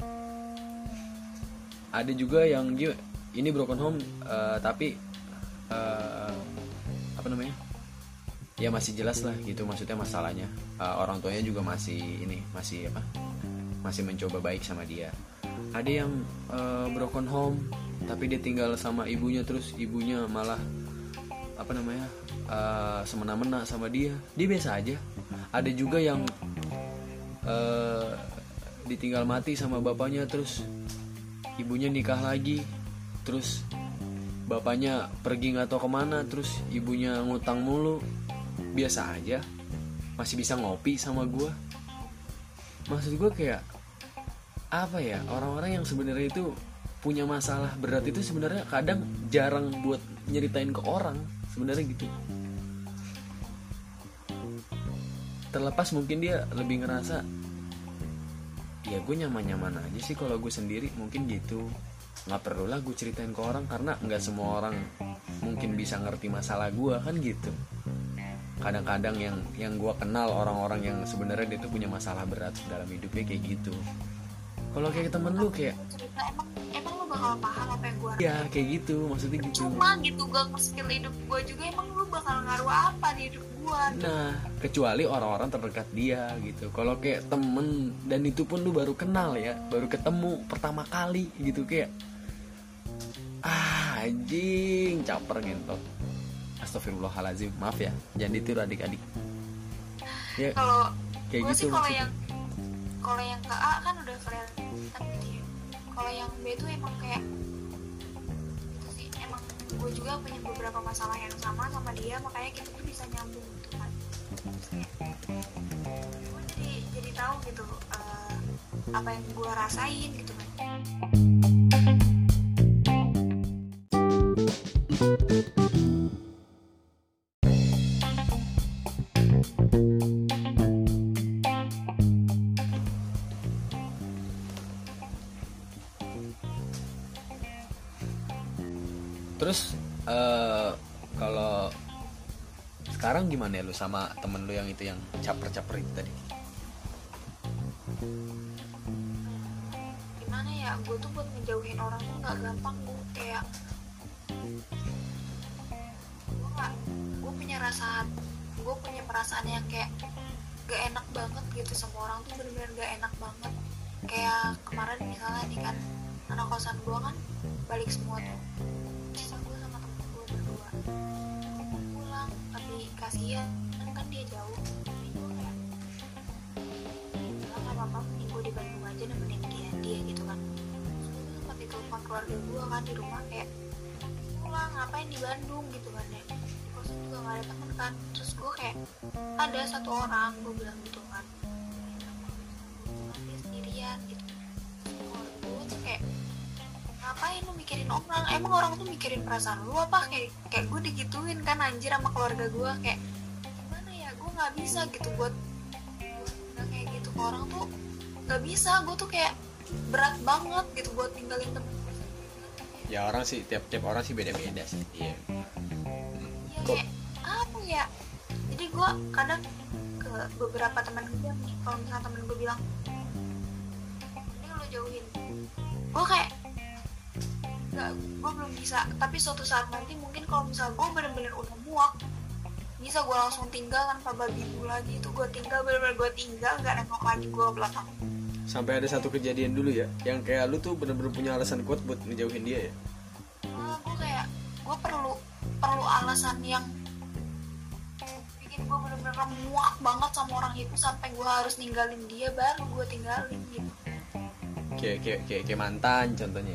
Ada juga yang dia ini broken home uh, tapi uh, apa namanya ya masih jelas lah gitu, maksudnya masalahnya uh, orang tuanya juga masih ini masih apa masih mencoba baik sama dia. Ada yang uh, broken home tapi dia tinggal sama ibunya, terus ibunya malah apa namanya uh, semena-mena sama dia, dia biasa aja. Ada juga yang uh, ditinggal mati sama bapaknya, terus ibunya nikah lagi, terus bapaknya pergi nggak tahu kemana, terus ibunya ngutang mulu, biasa aja, masih bisa ngopi sama gue. Maksud gue kayak apa ya, orang-orang yang sebenarnya itu punya masalah berat itu sebenarnya kadang jarang buat nyeritain ke orang sebenarnya gitu. Terlepas mungkin dia lebih ngerasa ya gue nyaman-nyaman aja sih kalau gue sendiri, mungkin gitu, nggak perlu lah gue ceritain ke orang karena nggak semua orang mungkin bisa ngerti masalah gue kan gitu. Kadang-kadang yang yang gue kenal orang-orang yang sebenarnya dia tuh punya masalah berat dalam hidupnya kayak gitu. Kalau kayak temen lu kayak cerita emang emang lu bakal paham apa yang gue ya kayak gitu, maksudnya gitu. cuma gitu gak nge-skill hidup gue juga, emang lu bakal ngaruh apa di hidup gue. Nah, kecuali orang-orang terdekat dia gitu. Kalau kayak temen, dan itu pun lu baru kenal ya, baru ketemu pertama kali gitu, kayak ah anjing caper ngentot. Astagfirullahaladzim, maaf ya, jangan ditiru adik-adik ya. Kalau kayak gue gitu sih kalau maksudnya. yang kalau yang ke A kan udah kelihatan gitu ya. Kalau yang B tuh emang kayak gitu sih, emang gue juga punya beberapa masalah yang sama sama dia, makanya kita tuh bisa nyambung gitu kan. Gue jadi jadi tahu gitu uh, apa yang gue rasain gitu kan. Terus uh, kalau sekarang gimana ya lu sama temen lu yang itu yang caper-caper itu tadi? Gimana ya, gue tuh buat ngejauhin orang tuh nggak gampang. Gue kayak gue nggak gue punya rasa gue punya perasaan yang kayak gak enak banget gitu sama orang tuh, bener-bener gak enak banget. Kayak kemarin misalnya nih kan, anak kosan gue kan balik semua tuh, sisa gue sama temen gue berdua mau pulang, tapi kasihan kan dia jauh. Tapi gue kayak bilang gak apa-apa, mending gue di Bandung aja nemenin dia dia gitu kan. Terus gue sempat ditelepon keluarga gue kan di rumah, kayak pulang ngapain di Bandung gitu kan ya, di kosan juga gak ada temen kan. Terus gue kayak ada satu orang, gue bilang gitu kan, dia sendirian gitu. Terus gue tuh kayak ngapain lu mikirin orang, emang orang tuh mikirin perasaan lu apa? Kayak kayak gue digituin kan anjir sama keluarga gue, kayak gimana ya, gue nggak bisa gitu buat buat nggak kayak gitu ke orang tuh, nggak bisa. Gue tuh kayak berat banget gitu buat tinggalin temen. Ya orang sih, tiap-tiap orang sih beda-beda sih. Iya. Ya kayak apa ya, jadi gue kadang ke beberapa teman gue nih, kalau misalnya temen gue bilang ini lo jauhin, gue kayak nggak, gue belum bisa. Tapi suatu saat nanti mungkin kalau misalnya gue bener-bener udah muak, bisa gue langsung tinggal tanpa babi bu lagi. Itu gue tinggal, bener-bener gue tinggal, nggak nengok lagi gue belakang. Sampai ada satu kejadian dulu ya, yang kayak lu tuh bener-bener punya alasan kuat buat ngejauhin dia ya. Nah, gue kayak gue perlu perlu alasan yang bikin gue bener-bener muak banget sama orang itu sampai gue harus ninggalin dia, baru gue tinggalin gitu. kayak kayak kayak kayak mantan contohnya.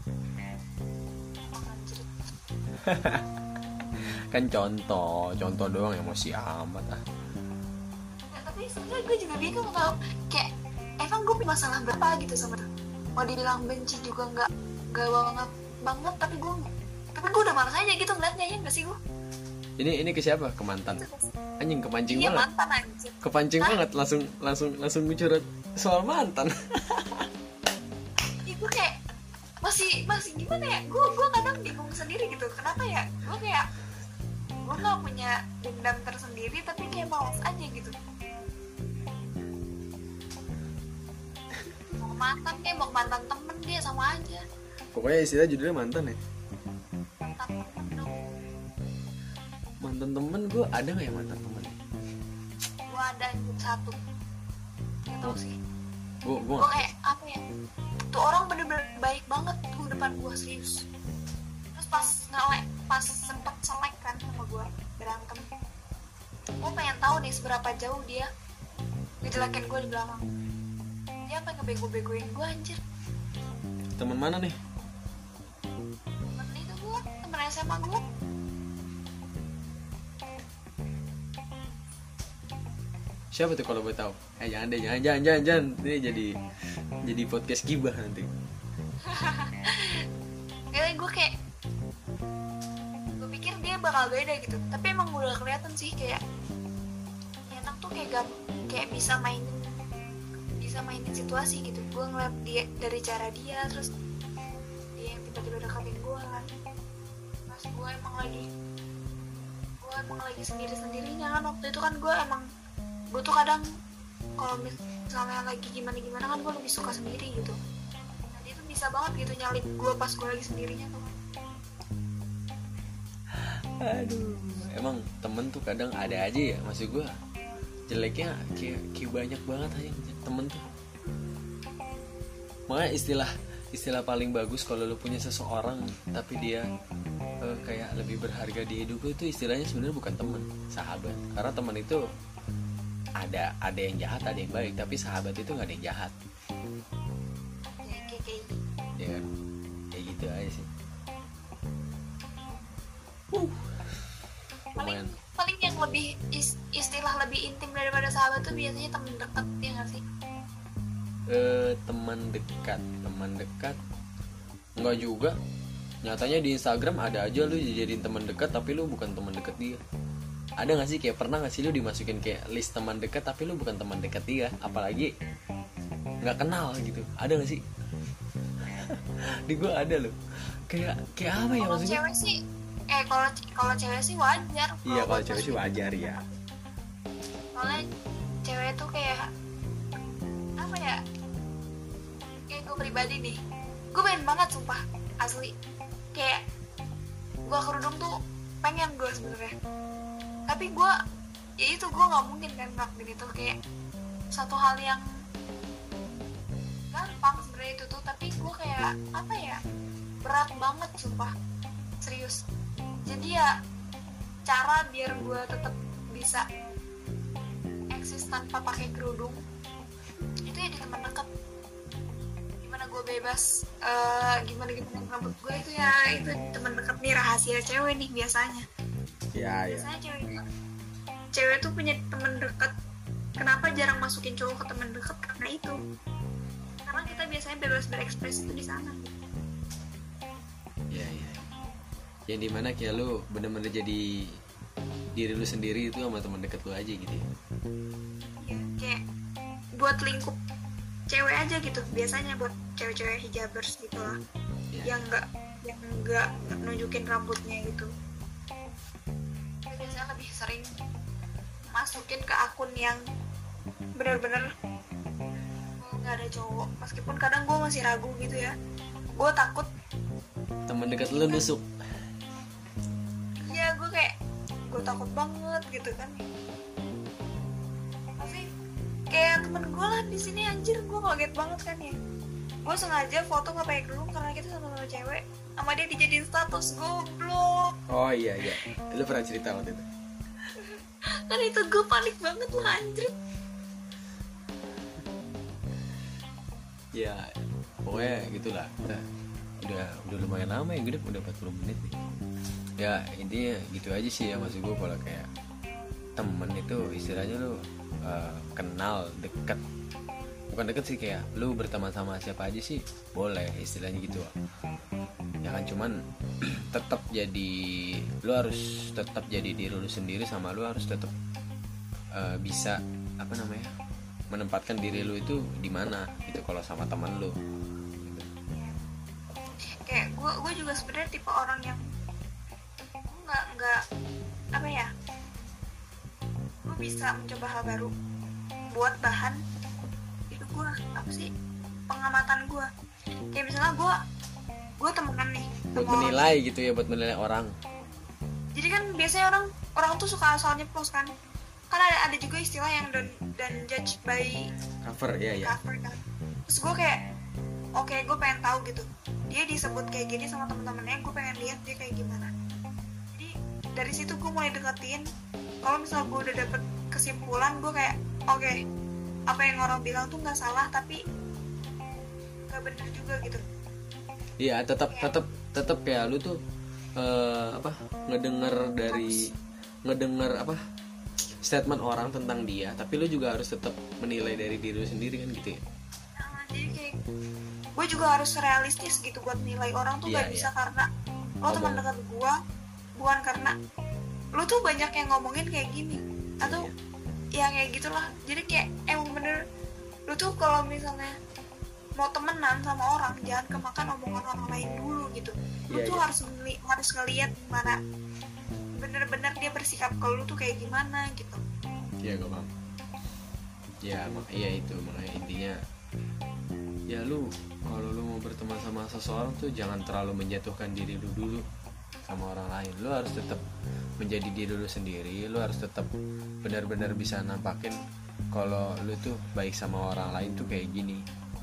Kan contoh contoh doang, emosi amat ah. Ya, tapi sebenarnya gue juga bingung tau, kayak emang gue punya masalah berapa gitu sama dia. Mau dibilang benci juga nggak nggak banget banget, tapi gue tapi gue udah malas aja gitu ngeliatnya, ya nggak sih gue. Ini ini ke siapa? Ke mantan. Anjing kepancing Iya, banget. mantan anjir. Kepancing Hah? banget langsung langsung langsung curhat soal mantan. Ibu kayak masih masih gimana ya, gue gue kadang bingung sendiri gitu, kenapa ya gue kayak gue nggak punya dendam tersendiri tapi kayak malas aja gitu. Mau ke mantan kayak mau ke mantan temen dia sama aja. Pokoknya istilah judulnya mantan ya. Mantan temen dong. Mantan temen gue ada nggak ya mantan temen? Gue ada satu, nggak tau sih. Gue gue Gue kayak apa ya, tuh orang bener-bener baik banget tuh depan gue, serius. Terus pas ngelek, pas sempet selek kan sama gue, berantem, gue pengen tahu nih seberapa jauh dia ngejelekin gue di belakang. Dia apa ngebego-begoin gue anjir. temen mana nih? Temen itu gue, temen S M A gue. Siapa tuh kalau boleh tahu? Eh jangan deh, jangan jangan jangan jangan. Ini jadi jadi podcast gibah nanti. Kayaknya gue kayak, gue pikir dia bakal beda gitu, tapi emang udah kelihatan sih kayak enak tuh, kayak gak, kayak bisa mainin bisa mainin situasi gitu. Gue ngeliat dia dari cara dia, terus dia yang tiba-tiba deketin gue kan pas gue emang lagi gue emang lagi sendiri-sendirinya kan waktu itu kan. Gue emang gue tuh kadang kalau misalnya lagi gimana-gimana kan gue lebih suka sendiri gitu. Nah dia tuh bisa banget gitu nyalip gue pas gue lagi sendirinya tuh. Aduh, emang temen tuh kadang ada aja ya, maksud gue jeleknya kayak, kayak banyak banget aja temen tuh. Makanya istilah istilah paling bagus kalau lu punya seseorang tapi dia uh, kayak lebih berharga di hidup lu, itu istilahnya sebenarnya bukan temen, sahabat. Karena temen itu ada ada yang jahat, ada yang baik, tapi sahabat itu nggak ada yang jahat. Ya kayak kayak Ya kan? Kayak gitu aja sih. Uh. paling Lumayan. paling yang lebih is- istilah lebih intim daripada sahabat tuh biasanya temen deket, ya nggak sih? Eh, teman dekat, teman dekat nggak juga. Nyatanya di Instagram ada aja lu dijadiin teman dekat tapi lu bukan teman dekat dia. Ada nggak sih, kayak pernah nggak sih lu dimasukin kayak list teman dekat tapi lu bukan teman dekat dia, apalagi nggak kenal gitu? Ada nggak sih? Di gua ada loh. Kayak kayak apa ya Kalau maksudnya? cewek sih, eh kalau kalau cewek sih wajar. Iya, kalau buat cewek sih masukin. wajar ya. Soalnya cewek tuh kayak apa ya? Kayak gue pribadi nih, gue pengen banget sumpah asli. Kayak gue kerudung tuh pengen gue sebenarnya, tapi gue ya itu gue nggak mungkin kan ngelakuin itu. Kayak satu hal yang gampang sebenarnya itu tuh, tapi gue kayak apa ya, berat banget sumpah, serius. Jadi ya cara biar gue tetap bisa eksis tanpa pakai kerudung itu ya di teman dekat. Gimana gue bebas, uh, gimana gimana rambut gue itu ya itu di teman dekat nih. Rahasia cewek nih biasanya. Ya ya. Biasanya cewek cewek tuh punya teman dekat. Kenapa jarang masukin cowok ke teman dekat? Karena itu, karena kita biasanya bebas berekspresi itu di sana. Ya ya. Yang dimana kayak lu bener-bener jadi diri lu sendiri itu sama teman dekat lu aja gitu ya. Ya, kayak buat lingkup cewek aja gitu, biasanya buat cewek-cewek hijabers gitu lah, Ya. yang enggak yang enggak nunjukin rambutnya gitu. Saya biasanya lebih sering masukin ke akun yang benar-benar nggak ada cowok, meskipun kadang gue masih ragu gitu ya. Gue takut, Teman dekat lu nusuk. ya gue kayak gue takut banget gitu kan. Tapi kayak temen gue lah di sini anjir, gue kaget banget kan ya. Gue sengaja foto nggak pakai kerudung karena kita sama-sama cewek, sama dia dijadiin status, goblok. Oh iya iya. Lu pernah cerita waktu itu. Kan itu gue panik banget lah anjir. Ya pokoknya gitulah. Kita udah udah lumayan lama ya, udah udah empat puluh menit nih. Ya intinya gitu aja sih ya, maksud gue kalau kayak temen itu istilahnya lu uh, kenal deket, bukan deket sih, kayak lu berteman sama siapa aja sih boleh istilahnya gitu ya kan. Cuman tetap jadi lu harus tetap jadi diri lu sendiri, sama lu harus tetap uh, bisa apa namanya menempatkan diri lu itu di mana gitu kalau sama teman lu gitu. Kayak gue gue juga sebenarnya tipe orang yang nggak nggak apa ya, gue bisa mencoba hal baru buat bahan itu gue apa sih pengamatan gue. Kayak misalnya gue gue temenan nih buat sama menilai orang. gitu ya, buat menilai orang. Jadi kan biasanya orang orang tuh suka asal nyeplos kan. Kan ada ada juga istilah yang don't don't judge by Cover ya ya. cover kan. Terus gue kayak oke okay, gue pengen tahu gitu dia disebut kayak gini sama temen-temennya, gue pengen lihat dia kayak gimana. Jadi dari situ gue mulai deketin. Kalau misalnya gue udah dapet kesimpulan, gue kayak oke okay, apa yang orang bilang tuh nggak salah tapi nggak benar juga gitu. Iya, tetap tetap tetap ya lu tuh uh, apa ngedenger dari ngedenger apa statement orang tentang dia, tapi lu juga harus tetap menilai dari diri lu sendiri kan gitu ya. Nah, jadi kayak gue juga harus realistis gitu buat nilai orang tuh Iya, gak bisa iya. karena lo teman dekat gue, bukan karena lo tuh banyak yang ngomongin kayak gini atau Iya. ya kayak gitulah. Jadi kayak emang bener lo tuh kalau misalnya mau temenan sama orang jangan kemakan omongan orang lain dulu gitu. Lo Iya, tuh iya. harus ngeli- harus ngelihat gimana bener-bener dia bersikap ke lo tuh kayak gimana gitu. Iya gak paham. Ya mak iya itu makanya intinya ya lu kalau lu mau berteman sama seseorang tuh jangan terlalu menjatuhkan diri lu dulu sama orang lain. Lu harus tetap menjadi diri lu sendiri. Lu harus tetap benar-benar bisa nampakin kalau lu tuh baik sama orang lain tuh kayak gini.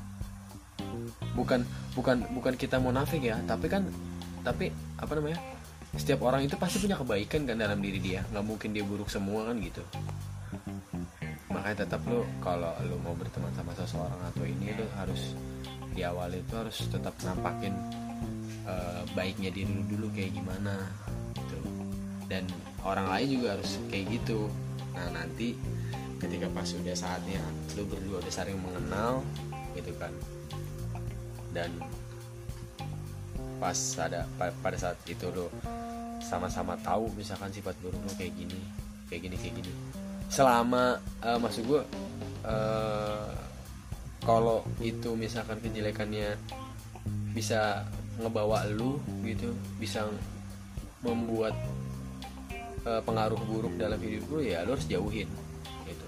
Bukan bukan bukan kita munafik ya, tapi kan tapi apa namanya? Setiap orang itu pasti punya kebaikan kan dalam diri dia. Nggak mungkin dia buruk semua kan gitu. Makanya tetap lu kalau lu mau berteman sama seseorang atau ini lu harus di awal itu harus tetap nampakin uh, baiknya diri lu dulu kayak gimana gitu. Dan orang lain juga harus kayak gitu. Nah nanti ketika pas udah saatnya lu berdua udah saling mengenal gitu kan, dan pas ada pada saat itu lu sama-sama tahu misalkan sifat buruk lu kayak gini kayak gini kayak gini selama uh, maksud gue uh, kalau itu misalkan kejelekannya bisa ngebawa lu gitu, bisa membuat uh, pengaruh buruk dalam hidup lu, ya lu harus jauhin gitu.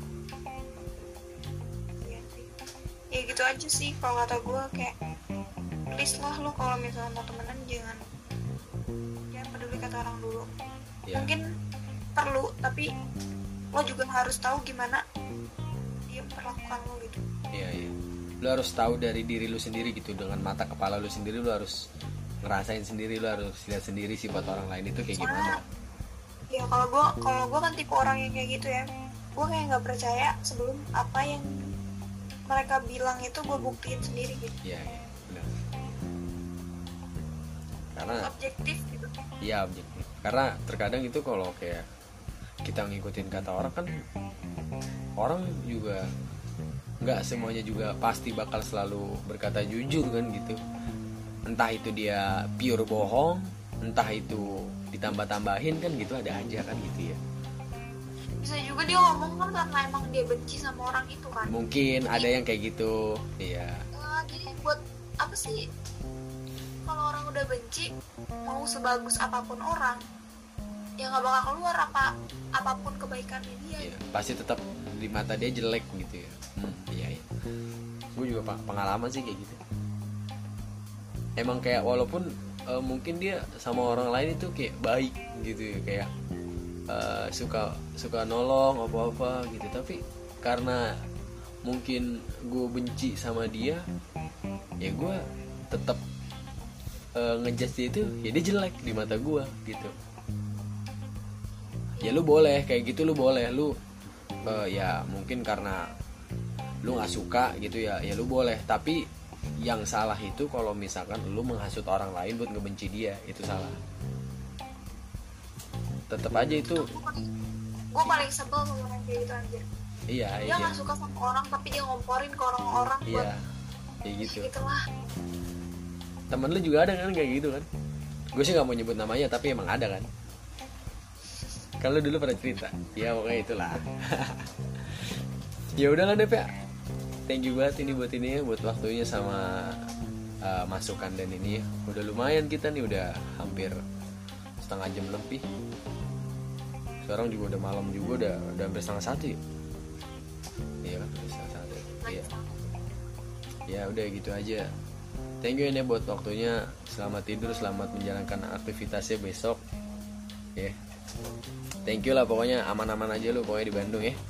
Ya, ya gitu aja sih kalau kata gue, kayak please lah lo kalau misalnya mau temenan jangan jangan peduli kata orang dulu. Ya. Mungkin perlu tapi lo juga harus tahu gimana dia memperlakukan lo gitu. Iya iya. Lu harus tahu dari diri lu sendiri gitu, dengan mata kepala lu sendiri lu harus ngerasain sendiri, lu harus lihat sendiri sifat orang lain itu kayak Soalnya, gimana. ya kalau gue kalau gue kan tipe orang yang kayak gitu ya, gue kayak nggak percaya sebelum apa yang mereka bilang itu gue buktiin sendiri gitu. Iya iya benar. Karena Objektif gitu. iya objektif. Karena terkadang itu kalau kayak kita ngikutin kata orang kan, orang juga nggak semuanya juga pasti bakal selalu berkata jujur kan gitu. Entah itu dia pure bohong, entah itu ditambah-tambahin kan gitu, ada aja kan gitu ya. Bisa juga dia ngomong kan karena emang dia benci sama orang itu kan. Mungkin ada yang kayak gitu. Iya. Uh, jadi buat apa sih kalau orang udah benci, mau sebagus apapun orang ya nggak bakal keluar apa apapun kebaikannya dia. Iya, pasti tetap di mata dia jelek gitu ya. Hmm, iya iya. Gue juga pengalaman sih kayak gitu. Emang kayak walaupun uh, mungkin dia sama orang lain itu kayak baik gitu ya, kayak uh, suka suka nolong apa-apa gitu, tapi karena mungkin gue benci sama dia, ya gue tetap uh, ngejudge dia itu ya dia jelek di mata gue gitu. Ya lu boleh kayak gitu, lu boleh lu uh, ya mungkin karena lu nggak suka gitu ya, ya lu boleh, tapi yang salah itu kalau misalkan lu menghasut orang lain buat ngebenci dia, itu salah. Tetap aja itu. Gue paling sebel sama orang kayak gitu anjir. Iya, Dia iya. nggak suka sama orang tapi dia ngomporin ke orang-orang buat Iya, kayak gitu. gitulah. Temen lu juga ada kan kayak gitu kan? Gue sih nggak mau nyebut namanya tapi emang ada kan. Kalau dulu pernah cerita, ya pokoknya itulah. Ya udahlah deh ya. Thank you banget ini buat ini, buat waktunya sama uh, masukan dan ini. Udah lumayan kita nih, udah hampir setengah jam lebih. Sekarang juga udah malam juga, udah udah hampir setengah satu ya. Iya kan, udah setengah satu. Iya. Ya udah gitu aja. Thank you ini buat waktunya. Selamat tidur, selamat menjalankan aktivitasnya besok. Ya. Yeah. Thank you lah, pokoknya aman-aman aja lu pokoknya di Bandung ya.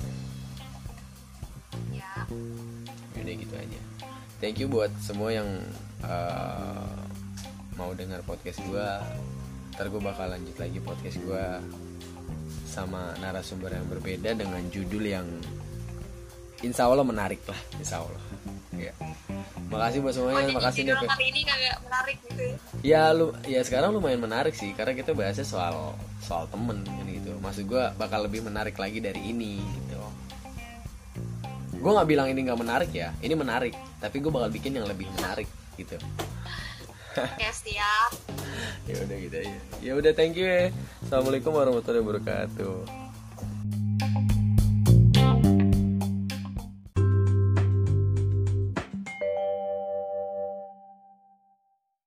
Ya. Udah gitu aja. Thank you buat semua yang uh, mau dengar podcast gue. Ntar gue bakal lanjut lagi podcast gue sama narasumber yang berbeda dengan judul yang insya Allah menarik lah, insya Allah. Ya. Makasih buat semuanya, oh, makasih nih. Kali ini kagak menarik gitu ya. Ya lu, ya sekarang lumayan menarik sih karena kita bahasnya soal soal temen gitu. Maksud gue bakal lebih menarik lagi dari ini gitu. Gue nggak bilang ini nggak menarik ya, ini menarik. Tapi gue bakal bikin yang lebih menarik gitu. Ya siap. Ya udah gitu aja. Ya udah, thank you ya. Assalamualaikum warahmatullahi wabarakatuh.